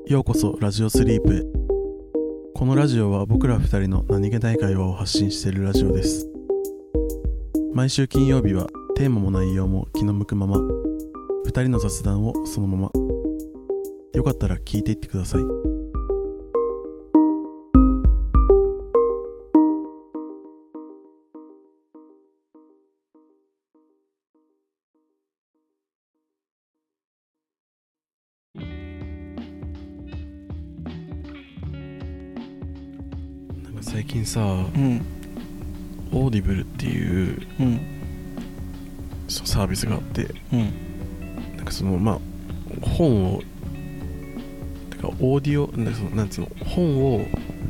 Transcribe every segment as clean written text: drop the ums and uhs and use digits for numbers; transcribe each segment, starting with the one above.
ようこそラジオスリープへ。このラジオは僕ら二人の何気ない会話を発信しているラジオです。毎週金曜日はテーマも内容も気の向くまま、二人の雑談をそのまま。よかったら聞いていってください。最近さ、オーディブルっていう、サービスがあって、なんかその本をてかオーディオなんつうの本を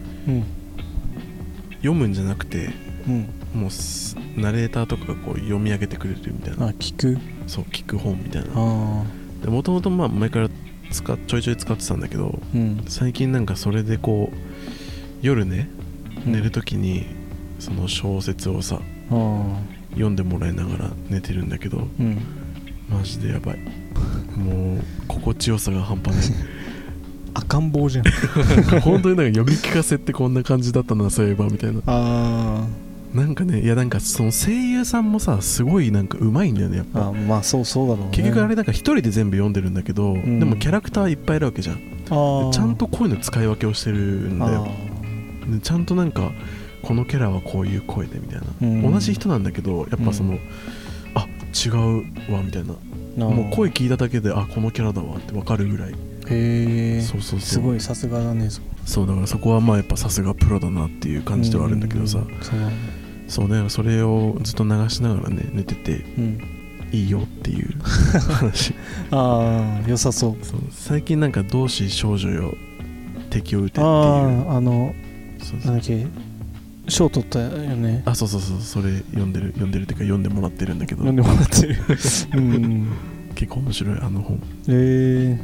読むんじゃなくて、もうナレーターとかがこう読み上げてくれるみたいな。 聞く本みたいな。でもともと前からちょいちょい使ってたんだけど、最近なんかそれでこう夜ね寝るときにその小説をさ読んでもらいながら寝てるんだけど、マジでやばい。もう心地よさが半端ない。 赤ん坊じゃん。 本当になんか読み聞かせってこんな感じだったなそういえばみたいな。なんかね、いやなんかその声優さんもさすごいなんか上手いんだよねやっぱ。 そうだろうね。 結局あれなんか一人で全部読んでるんだけど、でもキャラクターいっぱいいるわけじゃん。ちゃんと声の使い分けをしてるんだよ。でちゃんとなんかこのキャラはこういう声でみたいな、同じ人なんだけどやっぱその、違うわみたいな、もう声聞いただけでこのキャラだわって分かるぐらい。 へえ。 そうすごいさすがだね。 そうだからそこはやっぱさすがプロだなっていう感じではあるんだけどさ、そうね、それをずっと流しながらね寝てて、いいよっていう話。 良さそう。 最近なんか同志少女よ敵を撃てっていうなんだっけ賞取ったよね。 そうそれ読んでるっていうか読んでもらってるんだけど。 読んでもらってる。 結構面白い本。 で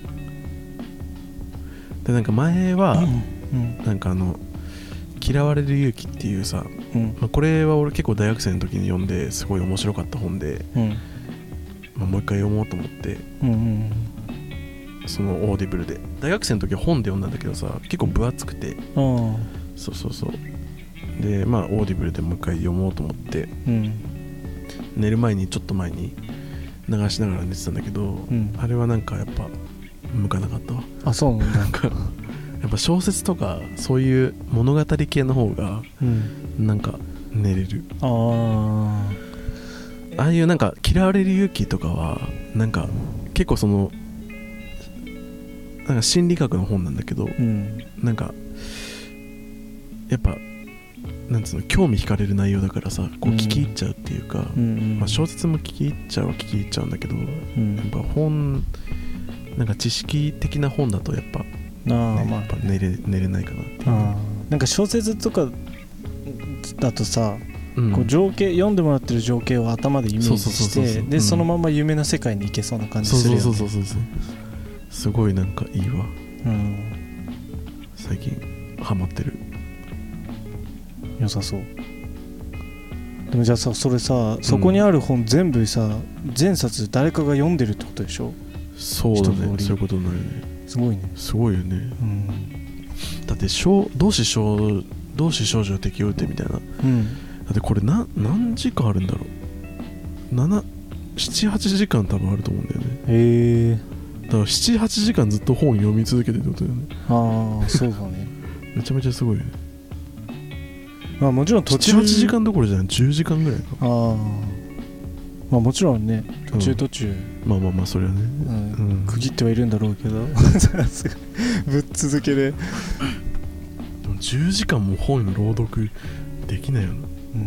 なんか前は、なんか嫌われる勇気っていうさ、これは俺結構大学生の時に読んですごい面白かった本で、もう一回読もうと思って、そのオーディブルで大学生の時は本で読んだんだけどさ結構分厚くて、そうでオーディブルでもう一回読もうと思って、寝る前にちょっと前に流しながら寝てたんだけど、あれはなんかやっぱ向かなかったわ。 そうなんだ。 なんかやっぱ小説とかそういう物語系の方がなんか寝れる。ああいうなんか嫌われる勇気とかはなんか結構そのなんか心理学の本なんだけど、なんかやっぱなんつうの興味惹かれる内容だからさこう聞き入っちゃうっていうか、小説も聞き入っちゃうんだけど、やっぱ本なんか知識的な本だとやっぱやっぱ寝れないかなっていう。 なんか小説とかだとさ、こう情景読んでもらってる情景を頭でイメージしてでそのまま夢の世界に行けそうな感じするよね。そうすごいなんかいいわ。最近ハマってる。 良さそう。でもじゃあさそれさそこにある本全部さ全冊誰かが読んでるってことでしょ。 そうだね、そういうことになるね。 すごいね。 すごいよね。だって同志少女を敵を撃てみたいな、だってこれ何時間あるんだろう。7-8時間多分あると思うんだよね。だから 7-8 時間ずっと本読み続けてるってことだよね。 そうだね。 めちゃめちゃすごいよね。 もちろん途中 7-8 時間どころじゃない10時間ぐらいか。 もちろんね途中、 それはね、 区切ってはいるんだろうけどぶっ続けででも10時間も本の朗読できないよな。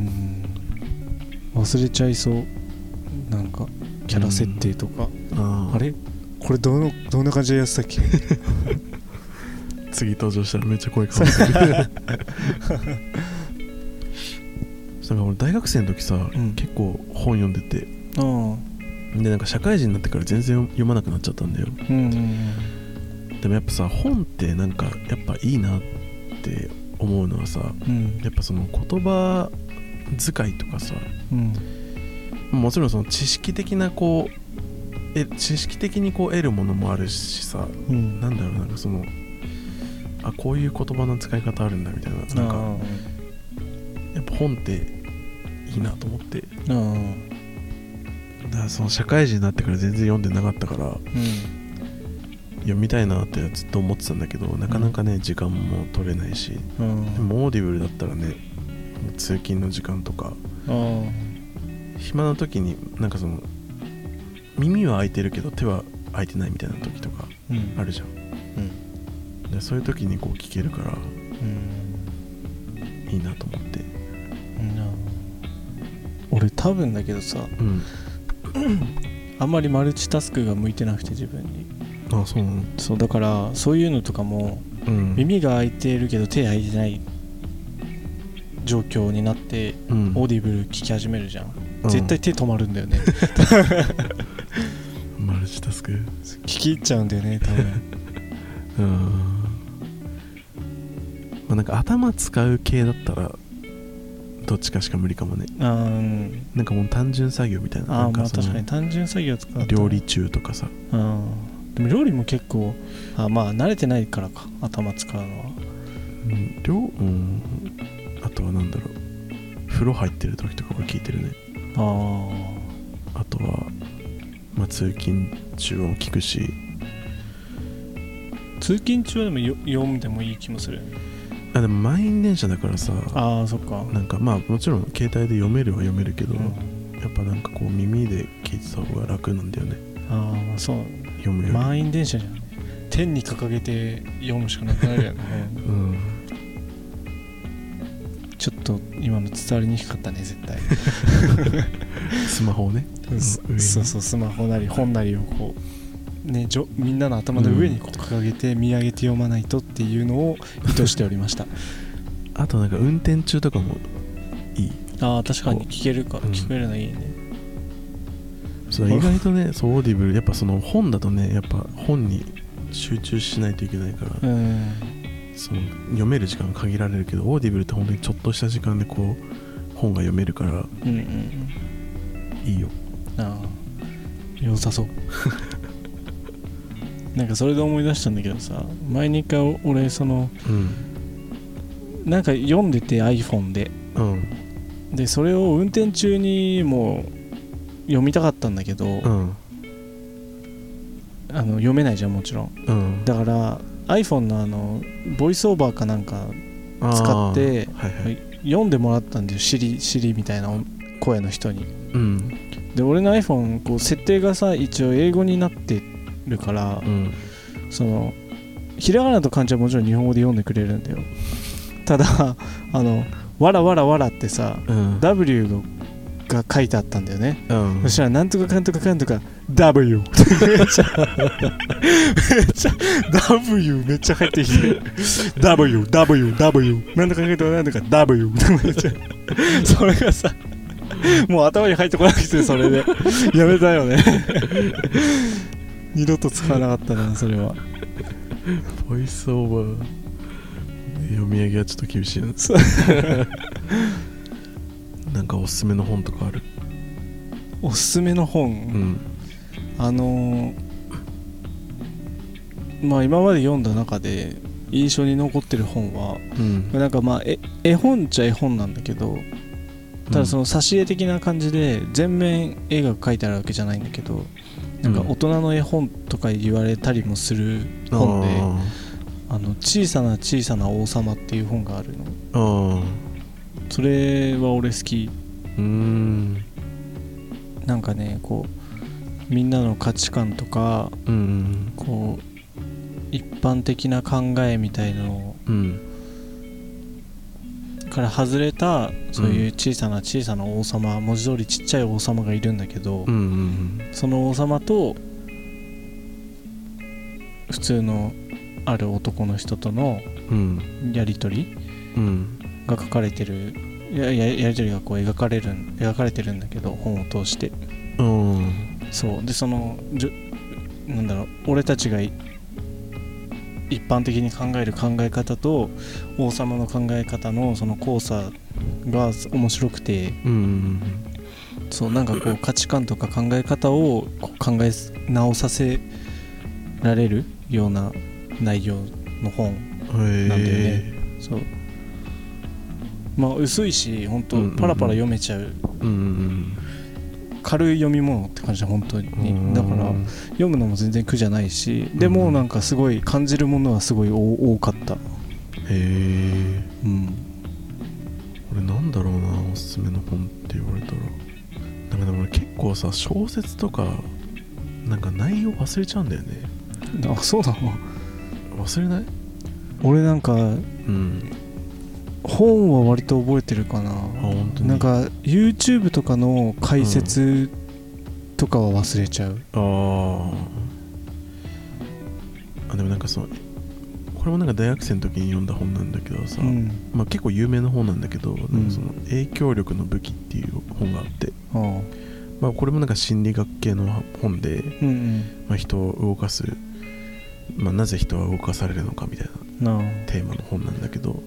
忘れちゃいそう。なんかキャラ設定とか、あれこれどんな感じでやってたっけ。 次登場したらめっちゃ声変わってくる。なんか俺大学生の時さ、結構本読んでて、でなんか社会人になってから全然読まなくなっちゃったんだよ。でもやっぱさ本ってなんかやっぱいいなって思うのはさ、やっぱその言葉遣いとかさ、もちろんその知識的なこう知識的にこう得るものもあるしさ、なんだろう、なんかそのこういう言葉の使い方あるんだみたいな、なんかやっぱ本っていいなと思って、だからその社会人になってから全然読んでなかったから、読みたいなってずっと思ってたんだけど、なかなかね、時間も取れないし、でもオーディブルだったらね、通勤の時間とか暇な時になんかその耳は開いてるけど手は開いてないみたいな時とかあるじゃん、でそういう時にこう聞けるから、いいなと思って、 俺多分だけどさ、あんまりマルチタスクが向いてなくて自分に。 そうなの。 そうだからそういうのとかも、耳が開いてるけど手開いてない状況になって、オーディブル聞き始めるじゃん、絶対手止まるんだよねマルチタスク聞き入っちゃうんだよね多分なんか頭使う系だったらどっちかしか無理かもね。なんかもう単純作業みたいな。 まあ確かに単純作業使う料理中とかさ。 でも料理も結構まあ慣れてないからか、頭使うのは。 あとはなんだろう、風呂入ってる時とか俺聞いてるね。あとは通勤中も聞くし。 通勤中はでも読んでもいい気もする。 でも満員電車だからさ、 そっか。 なんかもちろん携帯で読めるは読めるけど、やっぱなんかこう耳で聞いてた方が楽なんだよね。 そう読むより満員電車じゃん、天に掲げて読むしかなくなるよねちょっと今の伝わりにくかったね絶対スマホをね、 そうスマホなり本なりをこうね、みんなの頭の上にこう掲げて見上げて読まないとっていうのを意図しておりましたあとなんか運転中とかもいい。 確かに聞けるか、聞こえるのいいね。 そう意外とね、そうオーディブルやっぱその本だとね、やっぱ本に集中しないといけないから、その読める時間が限られるけど、オーディブルって本当にちょっとした時間でこう本が読めるから、いいよ。 良さそうなんかそれで思い出したんだけどさ、前に一回俺その、なんか読んでて iPhone で、でそれを運転中にも読みたかったんだけど、読めないじゃんもちろん、だから iPhone のボイスオーバーかなんか使って、読んでもらったんだよ、Siriみたいな声の人に、で俺の iPhone こう設定がさ一応英語になってるから、そのひらがなと漢字はもちろん日本語で読んでくれるんだよ。ただわらわらわらってさ、W が書いてあったんだよね、そしたらなんとかかんとかかんとか W めっちゃ W めっちゃ入ってきてW なんとかかんとかなんとか W それがさもう頭に入ってこなくて、それでやめたよね二度と使わなかったなそれは。 ボイスオーバー読み上げはちょっと厳しいななんかおすすめの本とかある？ おすすめの本、今まで読んだ中で印象に残ってる本は、なんか絵本っちゃ絵本なんだけど、ただその挿絵的な感じで全面絵が描いてあるわけじゃないんだけど、なんか大人の絵本とか言われたりもする本で、小さな小さな王様っていう本があるの。それは俺好き。なんかね、こうみんなの価値観とか、こう一般的な考えみたいのから外れた、そういう小さな小さな王様、文字通りちっちゃい王様がいるんだけど、その王様と普通のある男の人とのやり取りが書かれてる、やり取りがこう描かれてるんだけど、本を通して、そうで、そのなんだろう、俺たちが一般的に考える考え方と王様の考え方のその交差が面白くて、 そうなんかこう価値観とか考え方をこう考え直させられるような内容の本なんだよね。そうまあ薄いし本当パラパラ読めちゃう、軽い読み物って感じで本当にだから読むのも全然苦じゃないし、でもなんかすごい感じるものはすごい多かった。へえ。俺なんだろうな、おすすめの本って言われたら、なんかでも俺結構さ小説とかなんか内容忘れちゃうんだよね。 あ、そうなの？ 忘れない？ 俺なんか、本は割と覚えてるかな。 本当に？ なんか YouTube とかの解説とかは忘れちゃう。 でもなんかそう、これもなんか大学生の時に読んだ本なんだけどさ、まあ、結構有名な本なんだけど、なんかその影響力の武器っていう本があって、まあ、これもなんか心理学系の本で、まあ、人を動かす、まあ、なぜ人は動かされるのかみたいなテーマの本なんだけど、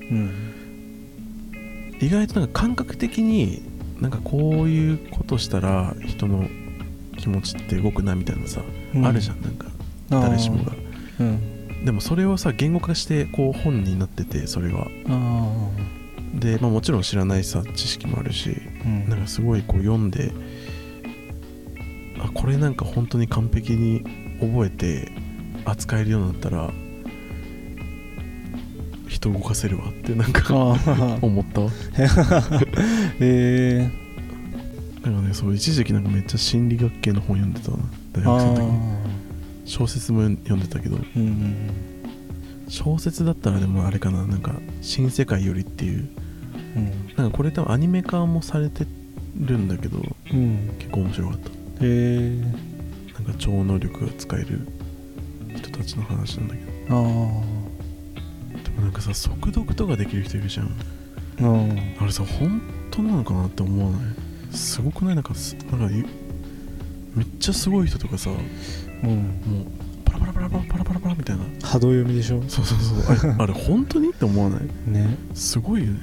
意外となんか感覚的になんかこういうことしたら人の気持ちって動くなみたいなさ、あるじゃん、なんか誰しもが、でもそれをさ言語化してこう本になってて、それがで、まあ、もちろん知らないさ知識もあるし、なんかすごいこう読んで、あ、これなんか本当に完璧に覚えて扱えるようになったら人を動かせるわってなんか思ったわ。なんかね、そう一時期なんかめっちゃ心理学系の本読んでたな、大学生の時に。小説も読んでたけど、小説だったらでもあれかな、なんか新世界よりっていう、なんかこれ多分アニメ化もされてるんだけど、結構面白かった。なんか超能力が使える人たちの話なんだけど、でもなんかさ速読とかできる人いるじゃん。あれさ本当なのかなって思わない？すごくない？なんかめっちゃすごい人とかさ、もうパラパラパラパラパラパラパラみたいな波動読みでしょ。 そうあれ本当にって思わない？ね、すごいよね。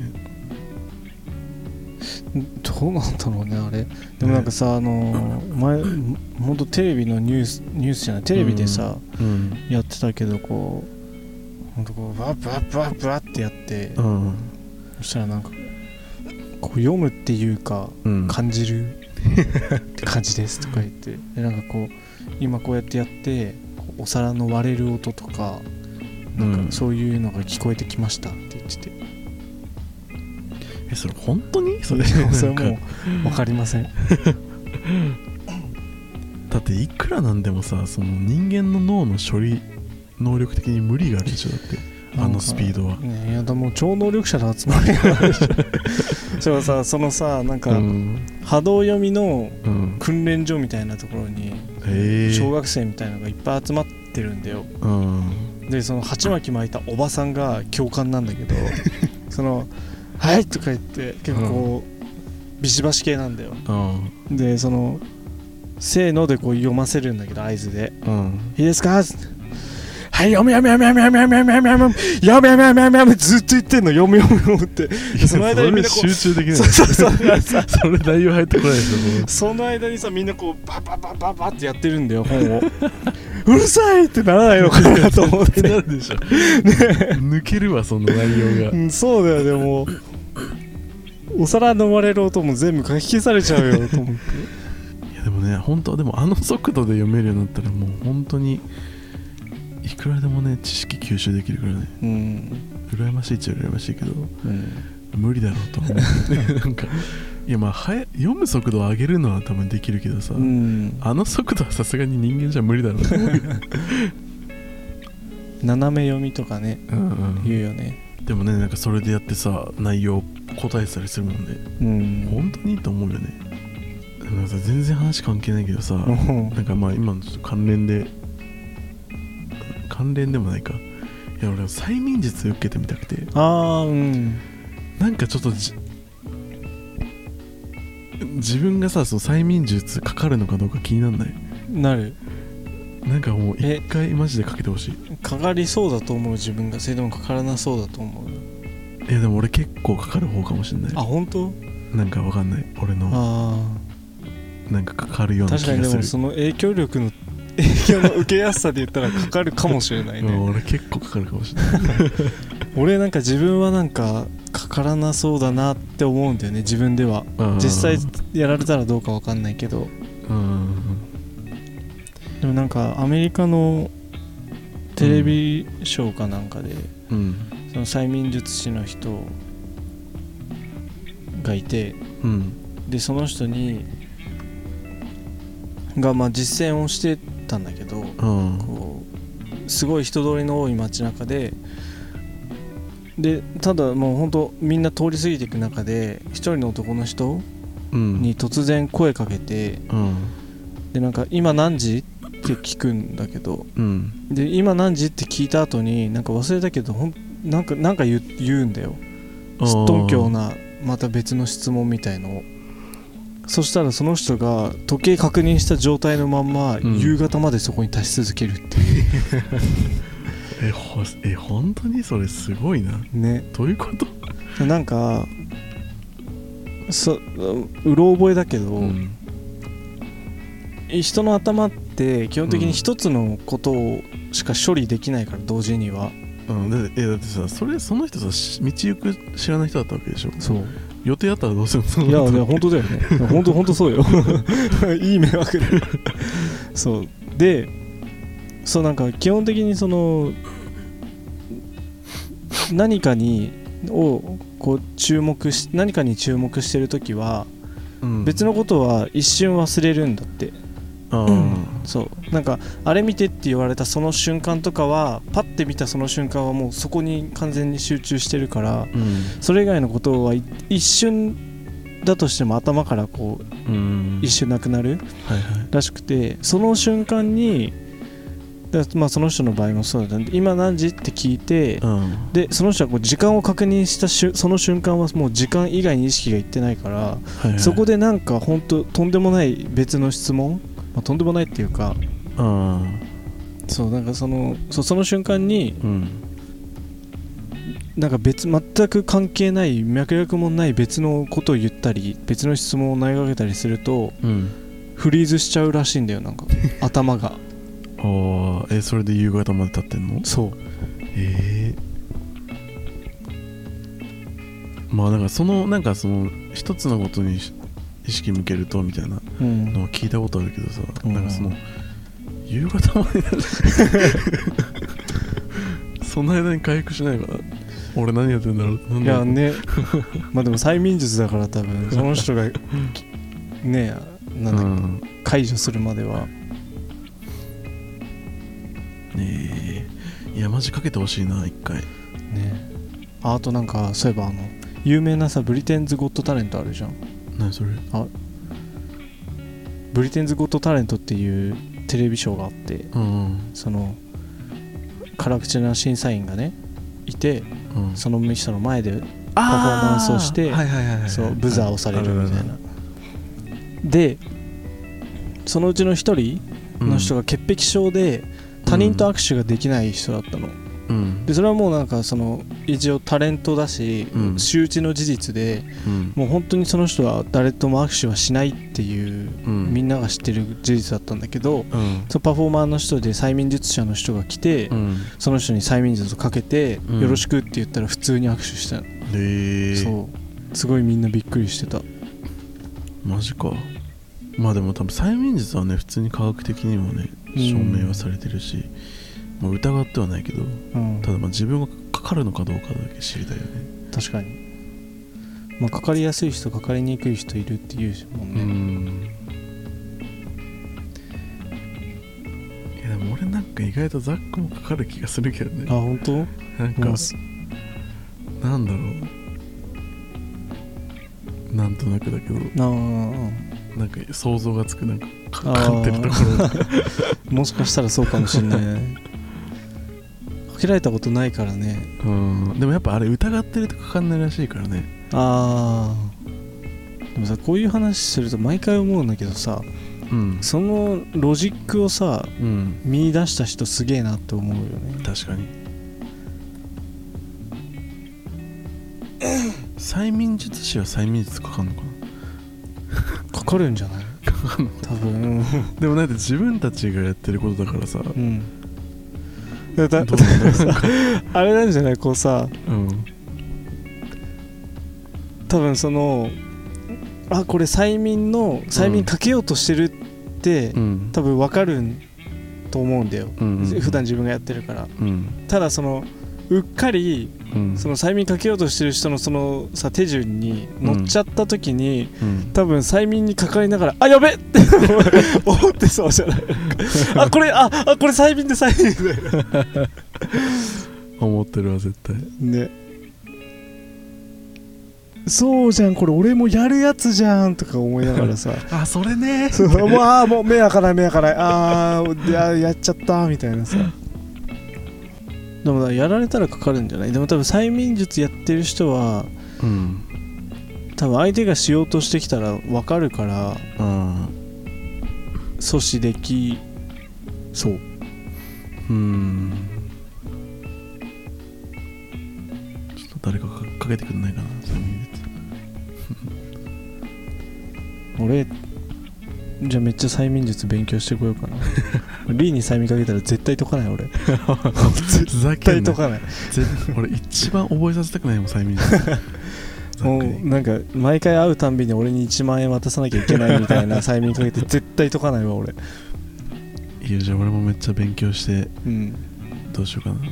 どうなんだろうねあれ。でもなんかさ、前ほんとテレビのニュースじゃない、テレビでさ、やってたけど、こうほんとこうバッバッバッバッってやって、そしたらなんかこう読むっていうか、感じるって感じですとか言って、でなんかこう今こうやってやってお皿の割れる音とか、なんかそういうのが聞こえてきましたって言ってて、 それ本当に？それはもう分かりません。 だっていくらなんでもさ、その人間の脳の処理能力的に無理があるでしょ。だってあのスピードは、 いやでも超能力者の集まりがあるでしょ。それさ、そのさ、なんか、波動読みの訓練所みたいなところに小学生みたいなのがいっぱい集まってるんだよ。でその鉢巻き巻いたおばさんが教官なんだけど、そのはいとか言って結構こうビシバシ系なんだよ。でそのせーのでこう読ませるんだけど、合図で、いいですか、はい、読めずっと言ってんの、読むって。その間にみんなこう集中できない。それ内容入ってこないですよ。 その間にさ、みんなこうバババババってやってるんだよ、本を。うるさいってならないのかなと思って。 なるでしょ。抜けるわ、その内容が。 そうだよ。でもお皿飲まれる音も全部書き消されちゃうよと思って。 いやでもね、本当でもあの速度で読めるようになったらもう本当にいくらでもね知識吸収できるからね、羨ましいっちゃ羨ましいけど、無理だろうと思う。なんかいやまあ読む速度を上げるのは多分できるけどさ、あの速度はさすがに人間じゃ無理だろうと思う。 斜め読みとかね、言うよね。 でもね、なんかそれでやってさ内容答えてたりするもんね、本当にいいと思うよね。なんかさ全然話関係ないけどさ、なんかまあ今のちょっと関連でもないか、いや俺は催眠術受けてみたくて、なんかちょっと自分がさ、その催眠術かかるのかどうか気になんない？ なる。 なんかもう一回マジでかけてほしい。 かかりそうだと思う自分が。それでもかからなそうだと思う。 いやでも俺結構かかる方かもしれない。 あ、本当？ なんかわかんない、俺のなんかかかるような気がする。 確かにでもその影響の受けやすさで言ったらかかるかもしれないね。 俺結構かかるかもしれない俺なんか自分はなんかかからなそうだなって思うんだよね、自分では。実際やられたらどうか分かんないけど、でもなんかアメリカのテレビショーかなんかで、その催眠術師の人がいて、でその人がまあ実践をしてたんだけど、こうすごい人通りの多い街中でただもう本当みんな通り過ぎていく中で一人の男の人に突然声かけて、でなんか今何時って聞くんだけど、で今何時って聞いた後になんか忘れたけどなんか言うんだよ、すっとんきょうなまた別の質問みたいのを。そしたらその人が時計確認した状態のまんま、夕方までそこに立ち続けるっていう本当にそれすごいなね。 どういうこと？ なんかうろ覚えだけど、人の頭って基本的に一つのことをしか処理できないから、同時には。 だってさ、その人さ、道行く知らない人だったわけでしょ。そう。予定あったらどうするの？ いや本当だよね。本当そうよ。いい迷惑だ。そうで、なんか基本的にその何かに注目してるときは、別のことは一瞬忘れるんだって。そうなんかあれ見てって言われたその瞬間とかはパッて見たその瞬間はもうそこに完全に集中してるから、それ以外のことは一瞬だとしても頭からこう、一瞬なくなるらしくて、その瞬間にまあその人の場合もそうだね、今何時って聞いて、でその人はこう時間を確認したその瞬間はもう時間以外に意識がいってないから、そこでなんか本当とんでもない別の質問、とんでもないっていうか、そうなんかその瞬間に、なんか全く関係ない脈絡もない別のことを言ったり別の質問を投げかけたりすると、フリーズしちゃうらしいんだよ、なんか頭が。 それで夕方まで経ってんの？ そう。 まあなんかその一つのことに意識向けるとみたいなのを聞いたことあるけどさ、なんかその夕方までその間に回復しないから俺何やってんだろう。 いやねまあでも催眠術だから多分その人がねなんだ解除するまでは。 いやマジかけてほしいな一回ね。あとなんかそういえば有名なさブリテンズ・ゴット・タレントあるじゃん。 何それ？ ブリテンズ・ゴット・タレントっていうテレビショーがあって、その辛口な審査員がねいて、その人の前でパフォーマンスをしてブザーをされるみたいな。でそのうちの一人の人が潔癖症で他人と握手ができない人だったの。でそれはもうなんかその一応タレントだし、周知の事実で、もう本当にその人は誰とも握手はしないっていう、みんなが知ってる事実だったんだけど、そのパフォーマーの人で催眠術者の人が来て、その人に催眠術をかけて、よろしくって言ったら普通に握手したの。そうすごいみんなびっくりしてた。 マジか。まあでも多分催眠術はね普通に科学的にもね証明はされてるし、もう疑ってはないけど、ただまあ自分がかかるのかどうかだけ知りたいよね。 確かに、まあ、かかりやすい人かかりにくい人いるっていうもんね。 いやでも俺なんか意外とザックもかかる気がするけどね。 あ、本当？ なんかなんだろう、なんとなくだけど、なんか想像がつく、なんかかかってるところもしかしたらそうかもしれないね。かけられたことないからね。 でもやっぱあれ疑ってるとかかんないらしいからね。 でもさ、こういう話すると毎回思うんだけどさ、そのロジックをさ、見出した人すげえなって思うよね。 確かに。催眠術師は催眠術かかんのかな？ かかるんじゃない？ か多分でもなんて自分たちがやってることだからさ、うん、 あれなんじゃない、こうさ、うん、多分そのこれ催眠かけようとしてるって、うん、多分分かると思うんだよ、うんうんうん、普段自分がやってるから、うん、ただそのうっかり、うん、その催眠かけようとしてる人のそのさ手順に乗っちゃった時に、うん、多分催眠にかかりながらやべって思ってそうじゃないこれ催眠で思ってるわ絶対ね。そうじゃん、これ俺もやるやつじゃんとか思いながらさそれねもう目開かないやっちゃったみたいなさ。でもやられたらかかるんじゃない？でも多分催眠術やってる人は、うん、多分相手がしようとしてきたら分かるから、うん、阻止できそう。 ちょっと誰かかけてくんないかな催眠術俺じゃあめっちゃ催眠術勉強してこようかなリーに催眠かけたら絶対解かない俺絶対解かない俺一番覚えさせたくないもん催眠術もうなんか毎回会うたんびに俺に1万円渡さなきゃいけないみたいな催眠かけて絶対解かないわ俺。 いやじゃあ俺もめっちゃ勉強して、うん、どうしようかな。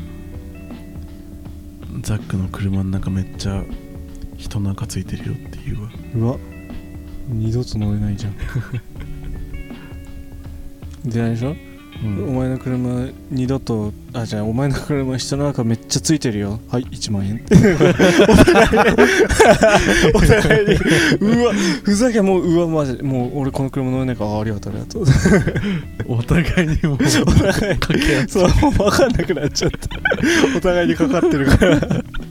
ザックの車の中めっちゃ人の赤ついてるよっていうわ。 うわ二度と乗れないじゃんでないでしょ、うん、お前の車二度とじゃあお前の車人の中めっちゃついてるよ、はい1万円ってお互いにうわふざけもうマジでもう俺この車乗れないからありがとうお互いにもうお互いかけ合ってそうもう分かんなくなっちゃったお互いにかかってるから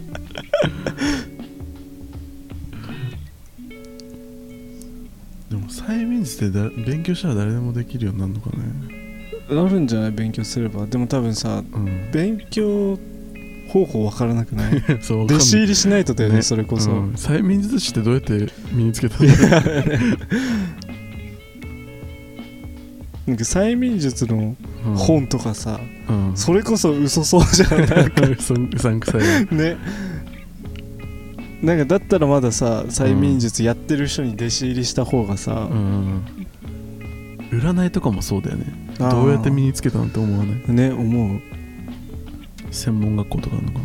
でも催眠術って勉強したら誰でもできるようになるのかね。 なるんじゃない勉強すれば。でも多分さ、うん、勉強方法わからなくないそう弟子入りしないとだよ ねそれこそ、うん、 催眠術師ってどうやって身につけたのなんか催眠術の本とかさ、うん、それこそ嘘そうじゃんなんかうさんくさいね。なんかだったらまださ催眠術やってる人に弟子入りした方がさ、うん、 占いとかもそうだよね。どうやって身につけたのって思わないね。思う。 専門学校とかあるのか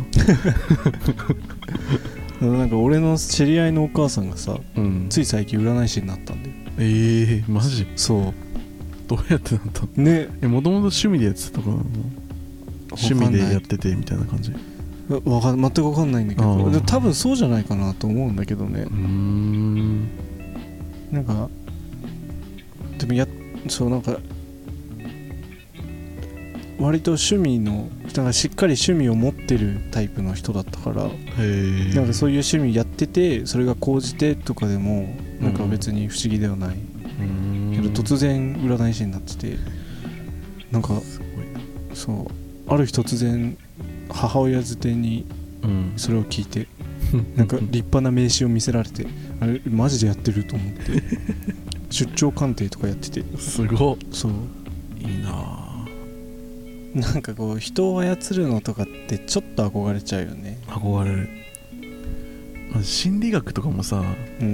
ななんか俺の知り合いのお母さんがさ、うん、つい最近占い師になったんだよ。 マジ？ そうどうやってなったのね。 もともと趣味でやってたとか趣味でやっててみたいな感じ？ 全く分かんないんだけど多分そうじゃないかなと思うんだけどね。なんかでもそうなんか割と趣味のなんかしっかり趣味を持ってるタイプの人だったからなんかそういう趣味やっててそれが高じてとかでもなんか別に不思議ではない、けど突然占い師になっててなんかそうある日突然母親づてにそれを聞いて、なんか立派な名刺を見せられてあれマジでやってると思って出張鑑定とかやっててすごっ。 そういいな。 なんかこう人を操るのとかってちょっと憧れちゃうよね。 憧れる。心理学とかもさ、うん、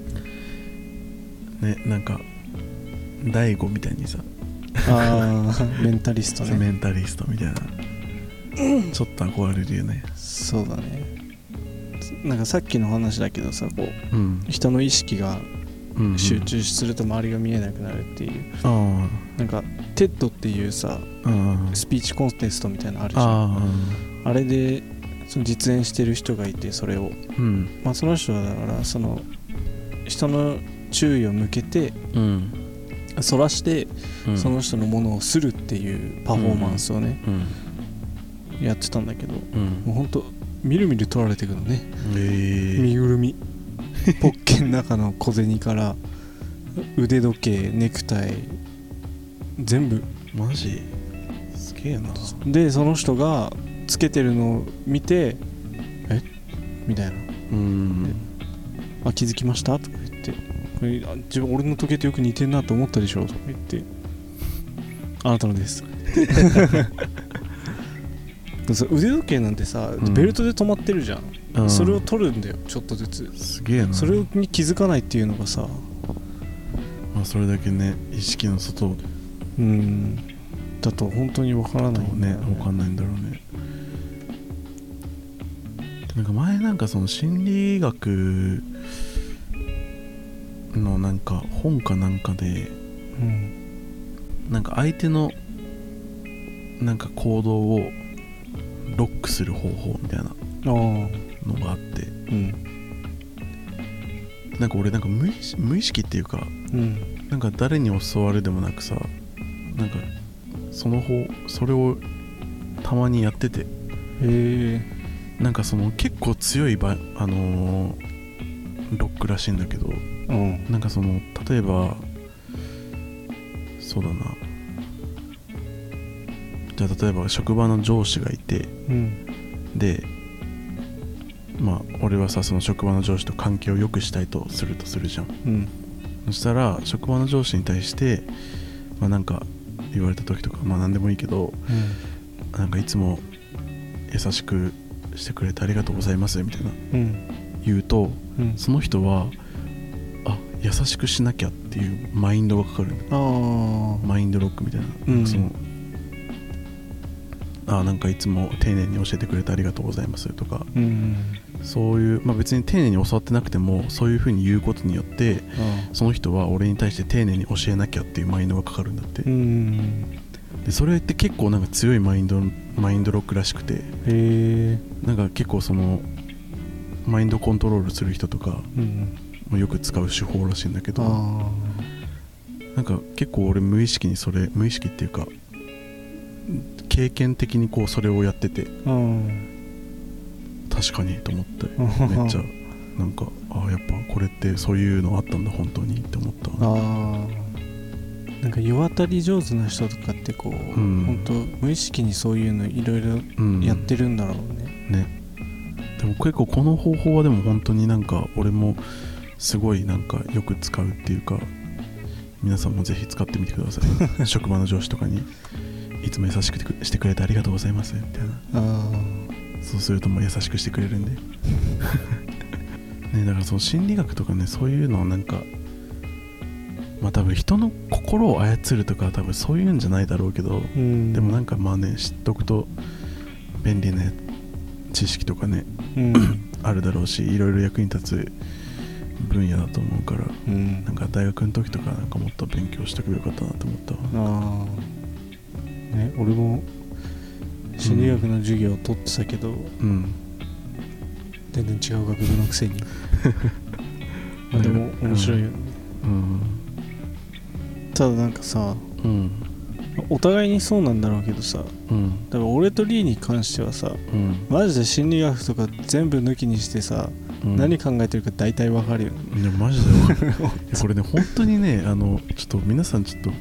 ねなんか大悟みたいにさメンタリストね。 メンタリストみたいな、ちょっと憧れるよね。 そうだね。なんかさっきの話だけどさこう、うん、人の意識が集中すると周りが見えなくなるっていう、なんかテッドっていうさ、スピーチコンテストみたいなのあるじゃん。あれでその実演してる人がいてそれを、その人はだからその人の注意を向けて、そらして、その人のものをするっていうパフォーマンスをね、やってたんだけど、もうほんとみるみる取られていくのね、身ぐるみポッケの中の小銭から腕時計ネクタイ全部。 マジすげえな。 でその人がつけてるのを見てみたいな、気づきましたとか言ってこれ自分俺の時計とよく似てんなと思ったでしょとか言って、あなたのです腕時計なんてさ、ベルトで止まってるじゃん、それを取るんだよちょっとずつ。 すげえな。 それに気づかないっていうのがさ、 まあそれだけね意識の外だと本当に分からないね。分かんないんだろうね。なんか前なんかその心理学のなんか本かなんかで、なんか相手のなんか行動をロックする方法みたいなのがあって、なんか俺なんか無意識っていうか、なんか誰に教わるでもなくさ、なんかそれをたまにやってて、なんかその結構強いロックらしいんだけど、なんかその例えばそうだな、じゃあ例えば職場の上司がいて、でまあ俺はさその職場の上司と関係を良くしたいとするじゃん、そしたら職場の上司に対して、まあ、なんか言われた時とか、まあ何でもいいけど、なんかいつも優しくしてくれてありがとうございますみたいな、言うと、その人は優しくしなきゃっていうマインドがかかるんだ。マインドロックみたいな、そのなんかいつも丁寧に教えてくれてありがとうございますとか、そういう、まあ、別に丁寧に教わってなくてもそういう風に言うことによって、その人は俺に対して丁寧に教えなきゃっていうマインドがかかるんだって、でそれって結構なんか強いマインドロックらしくて、なんか結構そのマインドコントロールする人とか、よく使う手法らしいんだけど、なんか結構俺無意識っていうか経験的にこうそれをやってて、確かにと思ってめっちゃなんかやっぱこれってそういうのあったんだ本当にって思った。 なんか世渡り上手な人とかってこう、本当無意識にそういうのいろいろやってるんだろうね。 でも結構この方法はでも本当になんか俺もすごいなんかよく使うっていうか、皆さんもぜひ使ってみてください職場の上司とかにいつも優しくしてくれてありがとうございますみたいな。そうするともう優しくしてくれるんでね。だからその心理学とかね、そういうのをなんかまあ多分人の心を操るとか多分そういうんじゃないだろうけど、でもなんかまあね知っとくと便利な知識とかね、あるだろうし、いろいろ役に立つ分野だと思うから、なんか大学の時とかなんかもっと勉強してくればよかったなと思ったわ。 ね、俺も心理学の授業を取ってたけど、全然違う学部のくせにまあでも面白いよね。ただなんかさ、お互いにそうなんだろうけどさ、だから俺とリーに関してはさ、マジで心理学とか全部抜きにしてさ、何考えてるか大体わかるよね。 いやマジでわかるこれね本当にね、ちょっと皆さんちょっと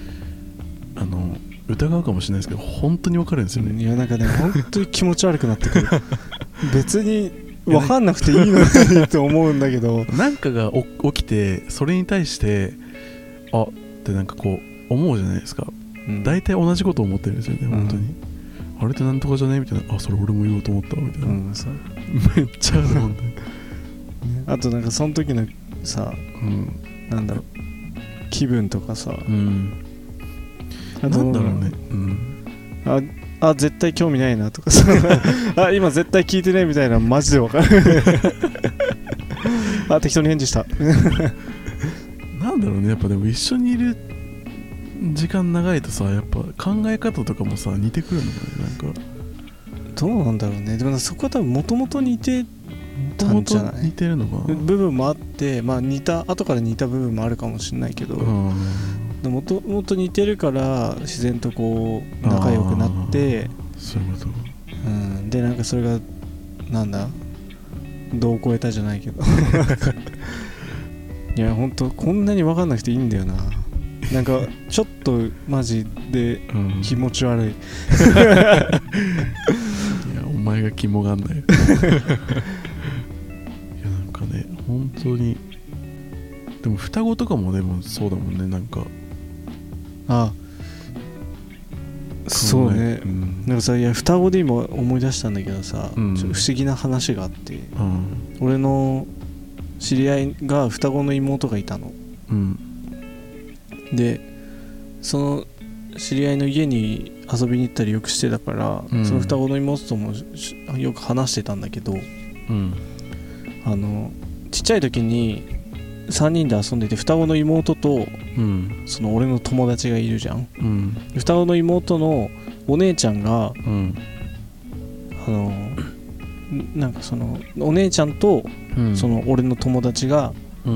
疑うかもしれないですけど本当にわかるんですよね。 いやなんかね本当に気持ち悪くなってくる別に分かんなくていいのにと思うんだけどなんかが起きてそれに対してってなんかこう思うじゃないですか。大体同じこと思ってるんですよね本当に。あれってなんとかじゃねみたいな、それ俺も言おうと思ったみたいな、めっちゃある本当にあとなんかその時のさ、なんだろう気分とかさ、 なんだろうね、 絶対興味ないなとかさ今絶対聞いてねみたいなマジでわかる適当に返事したなんだろうね、やっぱでも一緒にいる時間長いとさ、やっぱ考え方とかもさ似てくるのかね。なんかどうなんだろうね。でもそこは多分もともと似てたんじゃない？ 似てるのかな、 部分もあって、まあ後から似た部分もあるかもしれないけど、もともと似てるから自然とこう仲良くなって、 そういうこと、 でなんかそれがなんだ度を超えたじゃないけどいやほんとこんなに分かんなくていいんだよな。なんかちょっとマジで気持ち悪い、いやお前が肝がんないいやなんかね本当にでも双子とかもでもそうだもんね、なんか。 あそうね、うん、なんかさ、いや双子で今思い出したんだけどさ、ちょっと不思議な話があって、俺の知り合いが双子の妹がいたの、でその知り合いの家に遊びに行ったりよくしてたから、その双子の妹ともよく話してたんだけど、ちっちゃい時に3人で遊んでて、双子の妹と、その俺の友達がいるじゃん、双子の妹のお姉ちゃんが、なんかそのお姉ちゃんと、その俺の友達が、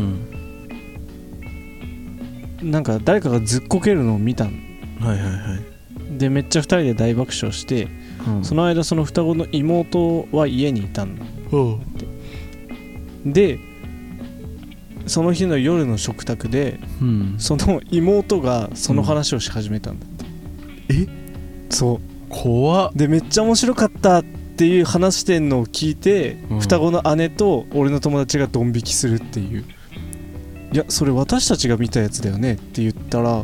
なんか誰かがずっこけるのを見たの、でめっちゃ2人で大爆笑して、その間その双子の妹は家にいたの、でその日の夜の食卓で、その妹がその話をし始めたんだって、そう怖っ。 でめっちゃ面白かったっていう話してんのを聞いて、双子の姉と俺の友達がドン引きするっていう。いやそれ私たちが見たやつだよねって言ったら、あ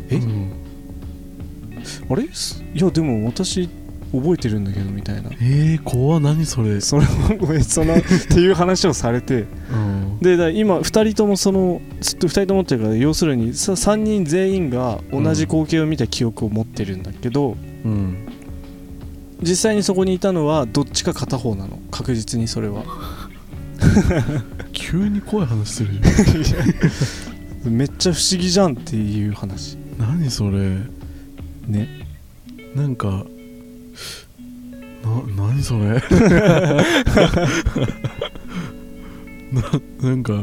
れ、いやでも私覚えてるんだけどみたいな。 怖っ、何それ。 それっていう話をされて、で今2人とも2人ともっていうか、要するに3人全員が同じ光景を見た記憶を持ってるんだけど、実際にそこにいたのはどっちか片方なの、確実にそれは。 急に怖い話するめっちゃ不思議じゃんっていう話。 何それね、 なんか何それなんか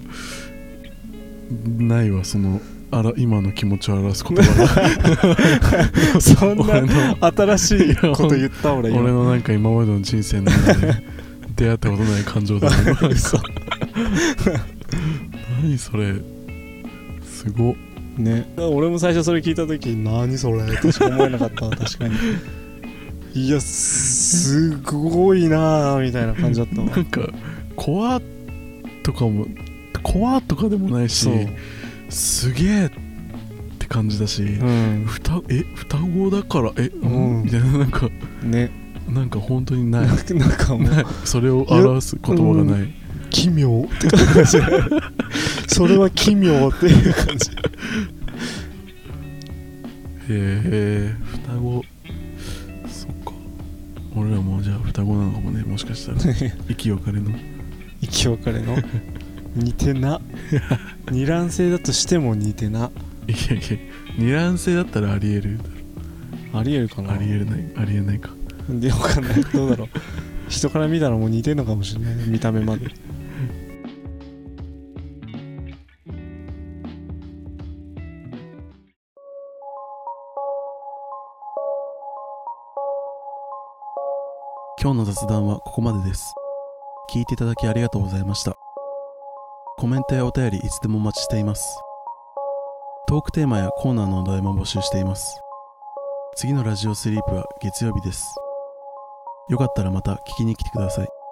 ないわ、その今の気持ちを表す言葉がそんな新しいこと言った俺のなんか今までの人生の中で出会ったことない感情だね何それ、すごね。俺も最初それ聞いた時何それとしか思えなかった確かに。いやすごいなみたいな感じだったわ。 なんか怖とかでもないし、すげえって感じだし、双子だからみたいな、なんかね、 なんか本当にないなんかもうそれを表す言葉がない、 奇妙って感じそれは奇妙っていう感じ。 双子、そっか、俺らもじゃあ双子なのかもね、もしかしたら生き別れの似てな二卵性だとしても似てな。 いや二卵性だったらありえるだろ。ありえるかな。 ありえないか。 でわかんない、どうだろう人から見たらもう似てんのかもしれない、見た目まで。 今日の雑談はここまでです。聞いていただきありがとうございました。コメントやお便りいつでもお待ちしています。トークテーマやコーナーのお題も募集しています。次のラジオスリープは月曜日です。よかったらまた聞きに来てください。